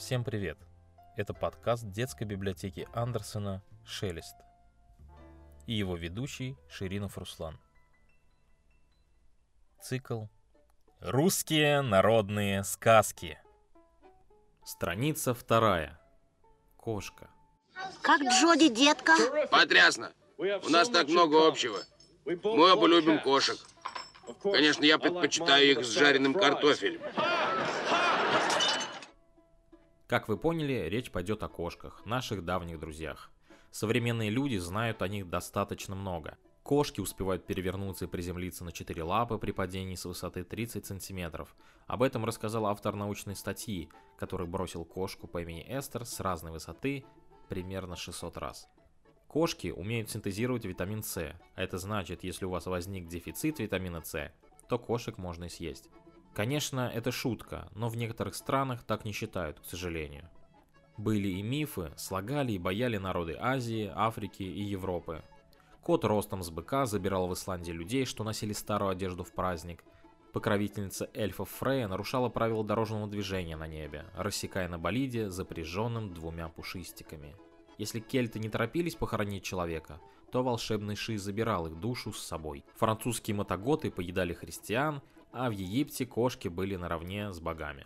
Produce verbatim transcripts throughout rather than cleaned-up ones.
Всем привет! Это подкаст детской библиотеки Андерсена «Шелест» и его ведущий Ширинов Руслан. Цикл «Русские народные сказки». Страница вторая. Кошка. Как Джоди, детка? Потрясно! У нас так много общего. Мы оба любим кошек. Конечно, я предпочитаю их с жареным картофелем. Как вы поняли, речь пойдет о кошках, наших давних друзьях. Современные люди знают о них достаточно много. Кошки успевают перевернуться и приземлиться на четыре лапы при падении с высоты тридцать сантиметров. Об этом рассказал автор научной статьи, который бросил кошку по имени Эстер с разной высоты примерно шестьсот раз. Кошки умеют синтезировать витамин С, а это значит, если у вас возник дефицит витамина С, то кошек можно и съесть. Конечно, это шутка, но в некоторых странах так не считают, к сожалению. Были и мифы, слагали и бояли народы Азии, Африки и Европы. Кот ростом с быка забирал в Исландии людей, что носили старую одежду в праздник. Покровительница эльфов Фрея нарушала правила дорожного движения на небе, рассекая на болиде, запряженным двумя пушистиками. Если кельты не торопились похоронить человека, то волшебный Ши забирал их душу с собой. Французские мотоготы поедали христиан, а в Египте кошки были наравне с богами.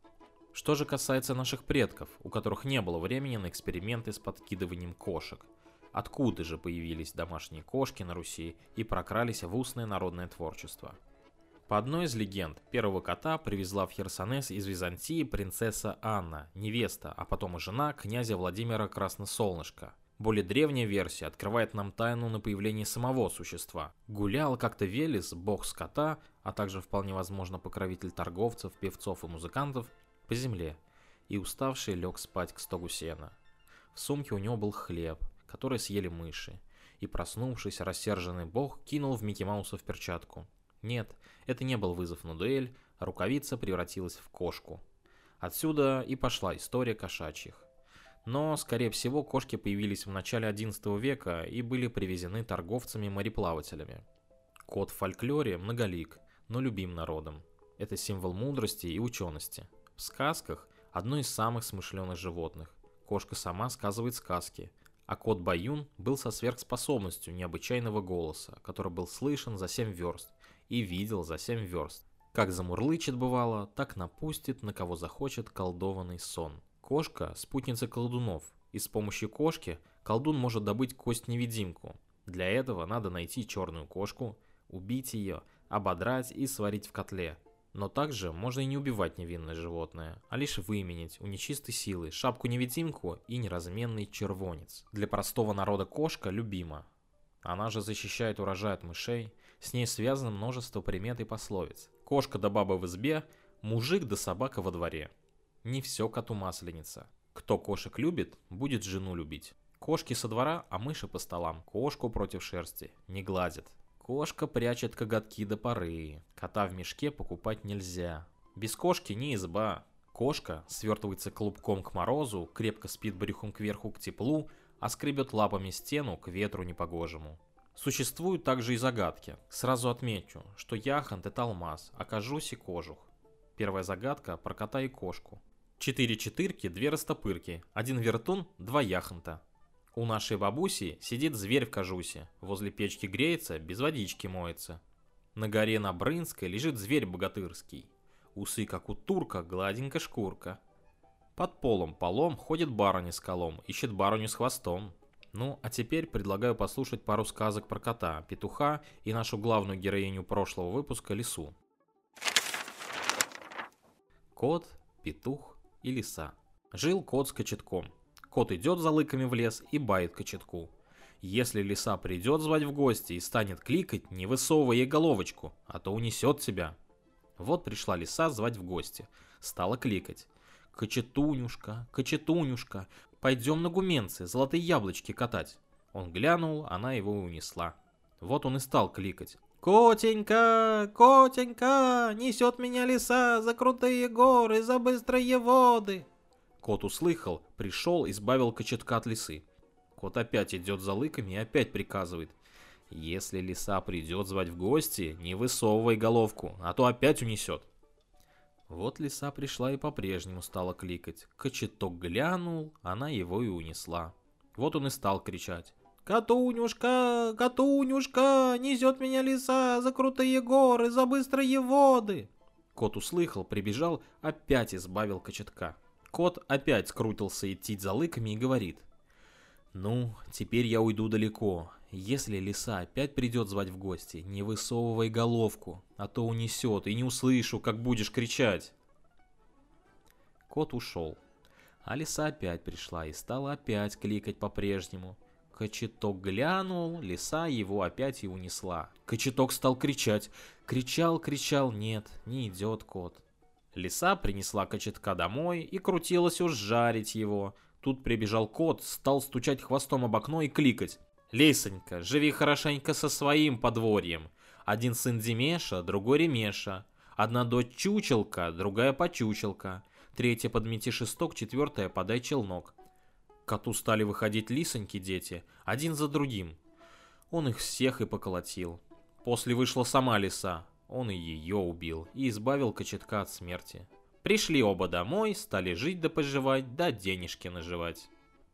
Что же касается наших предков, у которых не было времени на эксперименты с подкидыванием кошек, откуда же появились домашние кошки на Руси и прокрались в устное народное творчество? По одной из легенд, первого кота привезла в Херсонес из Византии принцесса Анна, невеста, а потом и жена князя Владимира Красносолнышка. Более древняя версия открывает нам тайну на появление самого существа. Гулял как-то Велес, бог скота, а также вполне возможно покровитель торговцев, певцов и музыкантов, по земле, и уставший лег спать к стогу сена. В сумке у него был хлеб, который съели мыши, и, проснувшись, рассерженный бог кинул в Микки Мауса в перчатку. Нет, это не был вызов на дуэль, а рукавица превратилась в кошку. Отсюда и пошла история кошачьих. Но, скорее всего, кошки появились в начале одиннадцатого века и были привезены торговцами-мореплавателями. Кот в фольклоре многолик, но любим народом. Это символ мудрости и учености. В сказках одно из самых смышленых животных. Кошка сама сказывает сказки, а кот Баюн был со сверхспособностью необычайного голоса, который был слышен за семь верст и видел за семь верст. Как замурлычет бывало, так напустит, на кого захочет колдованный сон. Кошка – спутница колдунов, и с помощью кошки колдун может добыть кость-невидимку. Для этого надо найти черную кошку, убить ее, ободрать и сварить в котле. Но также можно и не убивать невинное животное, а лишь выменять у нечистой силы шапку-невидимку и неразменный червонец. Для простого народа кошка любима. Она же защищает урожай от мышей, с ней связано множество примет и пословиц. Кошка да баба в избе, мужик да собака во дворе. Не все коту масленица. Кто кошек любит, будет жену любить. Кошки со двора, а мыши по столам. Кошку против шерсти не гладят. Кошка прячет коготки до поры. Кота в мешке покупать нельзя. Без кошки не изба. Кошка свертывается клубком к морозу, крепко спит брюхом кверху к теплу, а скребет лапами стену к ветру непогожему. Существуют также и загадки. Сразу отмечу, что яхонт — это алмаз, а кожусь и кожух. Первая загадка про кота и кошку. Четыре четырки, две растопырки, один вертун, два яхонта. У нашей бабуси сидит зверь в кожусе, возле печки греется, без водички моется. На горе на Брынской лежит зверь богатырский. Усы, как у турка, гладенькая шкурка. Под полом полом ходит барыня с колом, ищет барыню с хвостом. Ну, а теперь предлагаю послушать пару сказок про кота, петуха и нашу главную героиню прошлого выпуска — лису. Кот, петух и лиса. Жил кот с кочетком. Кот идет за лыками в лес и бает кочетку. Если лиса придет звать в гости и станет кликать, не высовывай ей головочку, а то унесет тебя. Вот пришла лиса звать в гости. Стала кликать. «Кочетунюшка, кочетунюшка, пойдем на гуменцы, золотые яблочки катать». Он глянул, она его унесла. Вот он и стал кликать. «Котенька, котенька, несет меня лиса за крутые горы, за быстрые воды». Кот услыхал, пришел, избавил кочетка от лисы. Кот опять идет за лыками и опять приказывает: «Если лиса придет звать в гости, не высовывай головку, а то опять унесет». Вот лиса пришла и по-прежнему стала кликать. Кочеток глянул, она его и унесла. Вот он и стал кричать. «Катунюшка, Катунюшка, несет меня лиса за крутые горы, за быстрые воды!» Кот услыхал, прибежал, опять избавил кочетка. Кот опять скрутился идти за лыками и говорит. «Ну, теперь я уйду далеко. Если лиса опять придет звать в гости, не высовывай головку, а то унесет, и не услышу, как будешь кричать». Кот ушел, а лиса опять пришла и стала опять кликать по-прежнему. Кочеток глянул, лиса его опять и унесла. Кочеток стал кричать. Кричал, кричал, нет, не идет кот. Лиса принесла кочетка домой и крутилась уж жарить его. Тут прибежал кот, стал стучать хвостом об окно и кликать. «Лисонька, живи хорошенько со своим подворьем. Один сын Демеша, другой Ремеша. Одна дочь Чучелка, другая Почучелка. Третья подмети шесток, четвертая подай челнок». К коту стали выходить лисоньки дети, один за другим. Он их всех и поколотил. После вышла сама лиса. Он и ее убил, и избавил кочетка от смерти. Пришли оба домой, стали жить да поживать, да денежки наживать.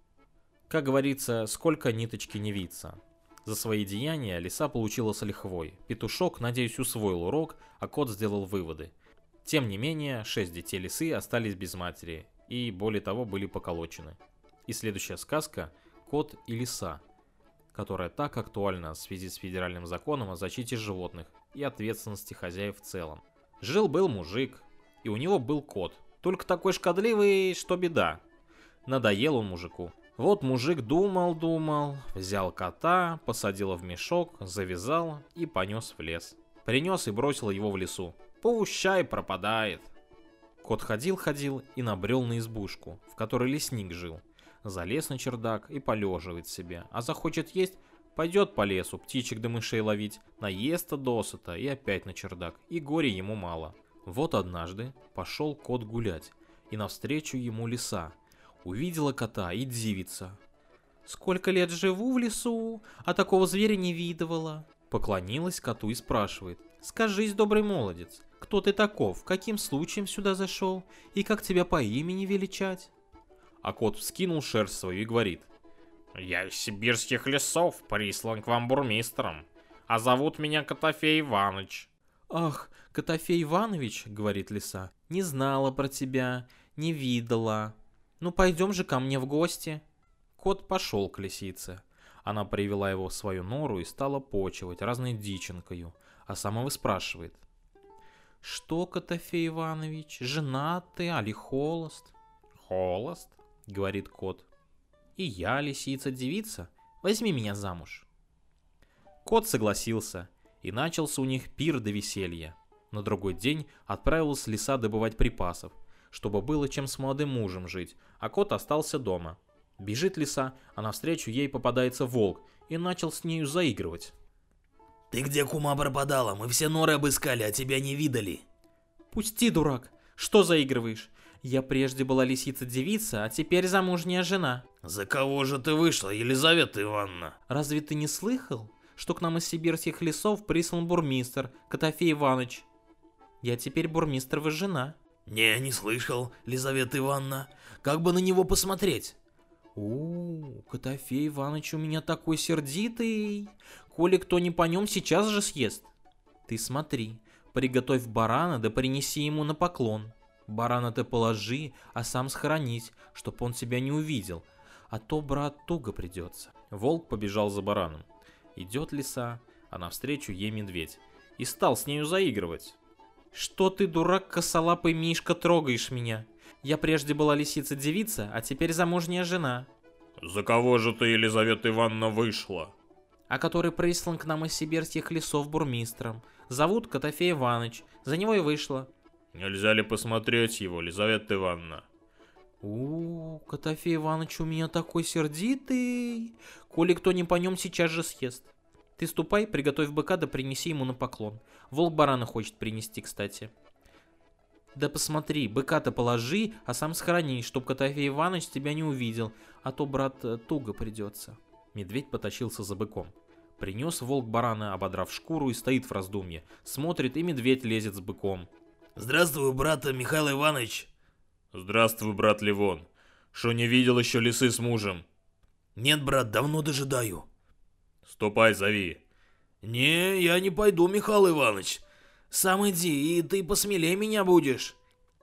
Как говорится, сколько ниточки не виться. За свои деяния лиса получила с лихвой. Петушок, надеюсь, усвоил урок, а кот сделал выводы. Тем не менее, шесть детей лисы остались без матери, и более того были поколочены. И следующая сказка «Кот и лиса», которая так актуальна в связи с федеральным законом о защите животных и ответственности хозяев в целом. Жил-был мужик, и у него был кот, только такой шкодливый, что беда. Надоел он мужику. Вот мужик думал-думал, взял кота, посадил в мешок, завязал и понес в лес. Принес и бросил его в лесу. Пущай пропадает. Кот ходил-ходил и набрел на избушку, в которой лесник жил. Залез на чердак и полеживает себе, а захочет есть, пойдет по лесу птичек да мышей ловить, наестся досыта и опять на чердак, и горе ему мало. Вот однажды пошел кот гулять, и навстречу ему лиса. Увидела кота и дивится. «Сколько лет живу в лесу, а такого зверя не видывала». Поклонилась коту и спрашивает. «Скажись, добрый молодец, кто ты таков, каким случаем сюда зашел, и как тебя по имени величать?» А кот вскинул шерсть свою и говорит. «Я из сибирских лесов прислан к вам бурмистром, а зовут меня Котофей Иваныч». «Ах, Котофей Иванович, — говорит лиса, — не знала про тебя, не видела. Ну пойдем же ко мне в гости». Кот пошел к лисице. Она привела его в свою нору и стала почивать разной дичинкою, а сама выспрашивает. «Что, Котофей Иванович, женат ты, али холост?» «Холост, — говорит кот. — И я, лисица-девица, возьми меня замуж». Кот согласился, и начался у них пир до веселья. На другой день отправилась лиса добывать припасов, чтобы было чем с молодым мужем жить, а кот остался дома. Бежит лиса, а навстречу ей попадается волк и начал с нею заигрывать. «Ты где, кума, пропадала? Мы все норы обыскали, а тебя не видали». «Пусти, дурак, что заигрываешь? Я прежде была лисица-девица, а теперь замужняя жена». «За кого же ты вышла, Елизавета Ивановна?» «Разве ты не слыхал, что к нам из сибирских лесов прислан бурмистр Котофей Иваныч? Я теперь бурмистрова жена». «Не, не слышал, Елизавета Ивановна. Как бы на него посмотреть?» «У, Котофей Иваныч у меня такой сердитый. Коли кто не по нем, сейчас же съест. Ты смотри, приготовь барана, да принеси ему на поклон. Барана ты положи, а сам схоронить, чтоб он тебя не увидел, а то, брат, туго придется». Волк побежал за бараном. Идет лиса, а навстречу ей медведь, и стал с нею заигрывать. «Что ты, дурак, косолапый Мишка, трогаешь меня? Я прежде была лисица-девица, а теперь замужняя жена». «За кого же ты, Елизавета Ивановна, вышла?» «А который прислан к нам из сибирских лесов бурмистром. Зовут Котофей Иваныч, за него и вышла». «Нельзя ли посмотреть его, Елизавета Ивановна?» «У, Котофей Иваныч у меня такой сердитый. Коли кто не по нем, сейчас же съест. Ты ступай, приготовь быка, да принеси ему на поклон. Волк барана хочет принести, кстати. Да посмотри, быка-то положи, а сам схорони, чтоб Котофей Иваныч тебя не увидел, а то, брат, туго придется». Медведь потащился за быком. Принес волк барана, ободрав шкуру, и стоит в раздумье. Смотрит, и медведь лезет с быком. Здравствуй, брат Михаил Иванович. Здравствуй, брат Левон. Что, не видел еще лисы с мужем? Нет, брат, давно дожидаю. Ступай, зови. Не, я не пойду, Михаил Иванович. Сам иди, и ты посмелее меня будешь.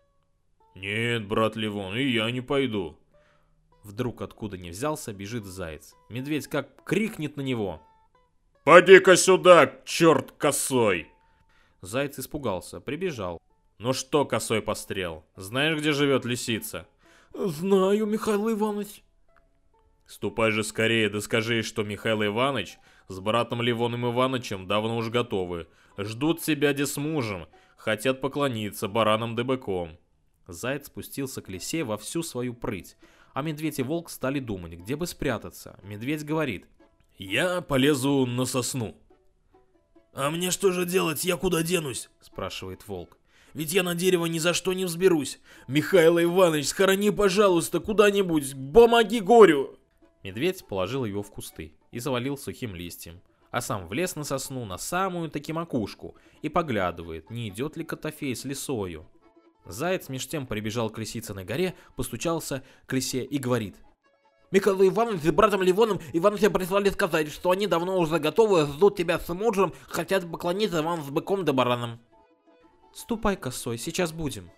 Нет, брат Левон, и я не пойду. Вдруг откуда ни взялся, бежит заяц. Медведь как крикнет на него. Поди-ка сюда, черт косой! Заяц испугался, прибежал. Ну что, косой пострел, знаешь, где живет лисица? Знаю, Михаил Иванович. Ступай же скорее, да скажи, что Михаил Иванович с братом Левоном Ивановичем давно уж готовы. Ждут тебя де с мужем, хотят поклониться баранам да быком. Заяц спустился к лисе во всю свою прыть, а медведь и волк стали думать, где бы спрятаться. Медведь говорит: я полезу на сосну. А мне что же делать, я куда денусь? Спрашивает волк. Ведь я на дерево ни за что не взберусь. Михаил Иванович, схорони, пожалуйста, куда-нибудь, помоги горю. Медведь положил его в кусты и завалил сухим листьем, а сам влез на сосну на самую-таки макушку и поглядывает, не идет ли Котофей с лисою. Заяц меж тем прибежал к Лисицыной горе, постучался к лисе и говорит: Михаил Иванович с братом Левоном Ивановича прислали сказать, что они давно уже готовы, ждут тебя с мужем, хотят поклониться вам с быком да бараном. Ступай, косой, сейчас будем.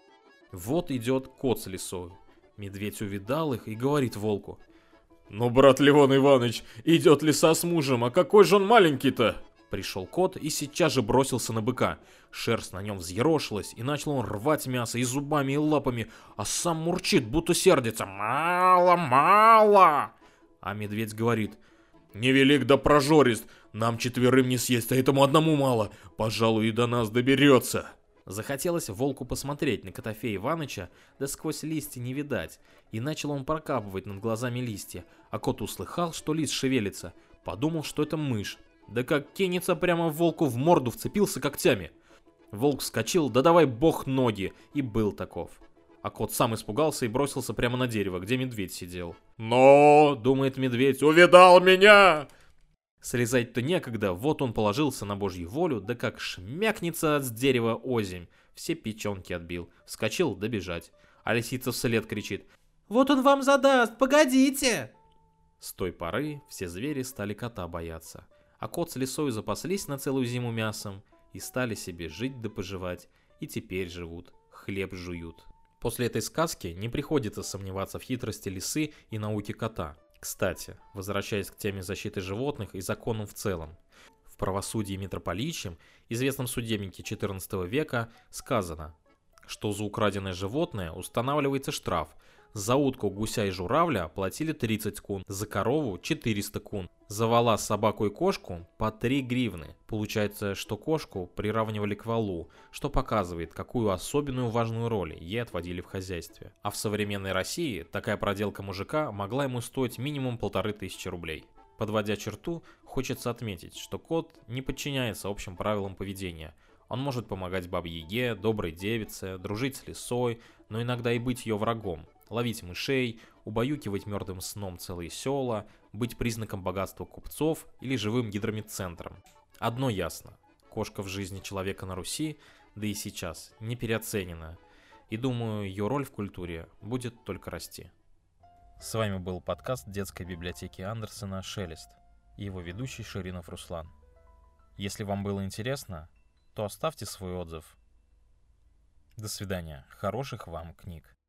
Вот идет кот с лисой. Медведь увидал их и говорит волку: ну, брат Левон Иванович, идет лиса с мужем, а какой же он маленький-то? Пришел кот и сейчас же бросился на быка. Шерсть на нем взъерошилась, и начал он рвать мясо и зубами, и лапами, а сам мурчит, будто сердится: мало, мало. А медведь говорит: невелик да прожорист, нам четверым не съесть, а этому одному мало, пожалуй, и до нас доберется. Захотелось волку посмотреть на Котофея Иваныча, да сквозь листья не видать, и начал он прокапывать над глазами листья, а кот услыхал, что лист шевелится, подумал, что это мышь, да как кинется прямо волку в морду, вцепился когтями. Волк вскочил, да давай бог ноги, и был таков. А кот сам испугался и бросился прямо на дерево, где медведь сидел. «Но, — думает медведь, — увидал меня!» Срезать-то некогда, вот он положился на божью волю, да как шмякнется с дерева озимь, все печенки отбил, вскочил добежать, а лисица вслед кричит: вот он вам задаст, погодите! С той поры все звери стали кота бояться, а кот с лисой запаслись на целую зиму мясом и стали себе жить да поживать, и теперь живут, хлеб жуют. После этой сказки не приходится сомневаться в хитрости лисы и науке кота. Кстати, возвращаясь к теме защиты животных и законам в целом, в правосудии митрополичьем, известном судебнике четырнадцатого века, сказано, что за украденное животное устанавливается штраф. За утку, гуся и журавля платили тридцать кун, за корову четыреста кун, за вола, собаку и кошку по три гривны. Получается, что кошку приравнивали к волу, что показывает, какую особенную важную роль ей отводили в хозяйстве. А в современной России такая проделка мужика могла ему стоить минимум полторы тысячи рублей. Подводя черту, хочется отметить, что кот не подчиняется общим правилам поведения. Он может помогать бабе-яге, доброй девице, дружить с лисой, но иногда и быть ее врагом. Ловить мышей, убаюкивать мертвым сном целые села, быть признаком богатства купцов или живым гидромедцентром. Одно ясно: кошка в жизни человека на Руси, да и сейчас, не переоценена, и думаю, ее роль в культуре будет только расти. С вами был подкаст детской библиотеки Андерсена «Шелест» и его ведущий Ширинов Руслан. Если вам было интересно, то оставьте свой отзыв. До свидания, хороших вам книг.